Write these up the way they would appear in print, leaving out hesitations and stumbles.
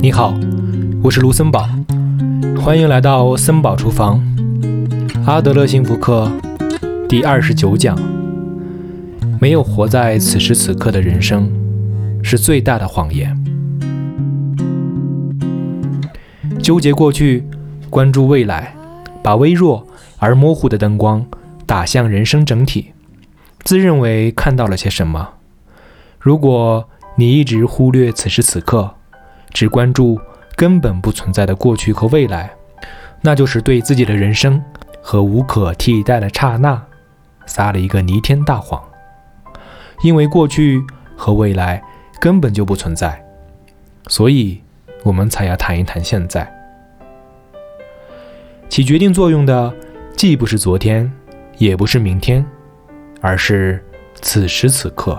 你好，我是卢森堡，欢迎来到森堡厨房。阿德勒幸福课第29讲，没有活在此时此刻的人生是最大的谎言。纠结过去，关注未来，把微弱而模糊的灯光打向人生整体，自认为看到了些什么。如果你一直忽略此时此刻，只关注根本不存在的过去和未来，那就是对自己的人生和无可替代的刹那撒了一个弥天大谎。因为过去和未来根本就不存在，所以我们才要谈一谈现在。起决定作用的既不是昨天，也不是明天，而是此时此刻。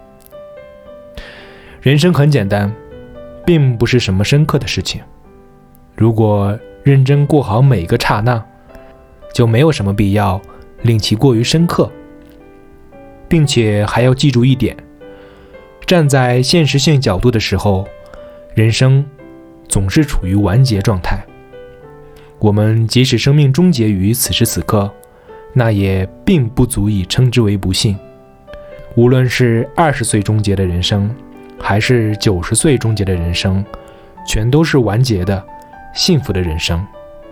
人生很简单，并不是什么深刻的事情。如果认真过好每个刹那，就没有什么必要令其过于深刻。并且还要记住一点，站在现实性角度的时候，人生总是处于完结状态。我们即使生命终结于此时此刻，那也并不足以称之为不幸。无论是20岁终结的人生，还是90岁终结的人生，全都是完结的幸福的人生。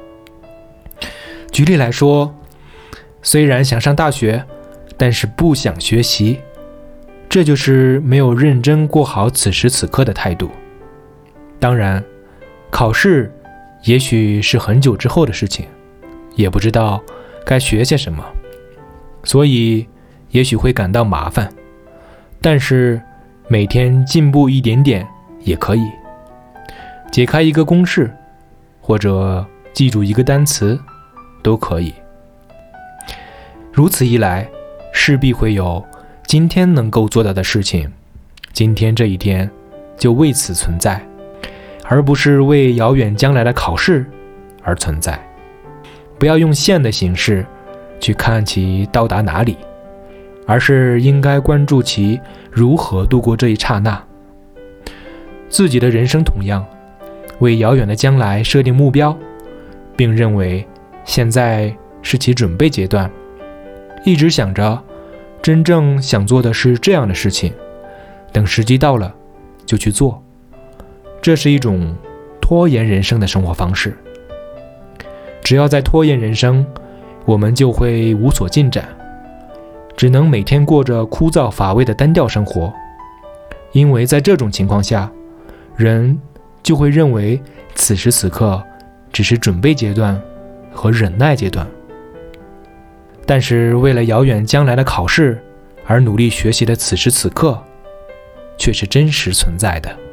举例来说，虽然想上大学，但是不想学习，这就是没有认真过好此时此刻的态度。当然，考试也许是很久之后的事情，也不知道该学些什么，所以也许会感到麻烦，但是每天进步一点点也可以。解开一个公式，或者记住一个单词，都可以。如此一来，势必会有今天能够做到的事情，今天这一天就为此存在，而不是为遥远将来的考试而存在。不要用线的形式去看其到达哪里，而是应该关注其如何度过这一刹那。自己的人生同样，为遥远的将来设定目标，并认为现在是其准备阶段，一直想着真正想做的是这样的事情，等时机到了就去做。这是一种拖延人生的生活方式。只要在拖延人生，我们就会无所进展，只能每天过着枯燥乏味的单调生活。因为在这种情况下，人就会认为此时此刻只是准备阶段和忍耐阶段。但是为了遥远将来的考试而努力学习的此时此刻，却是真实存在的。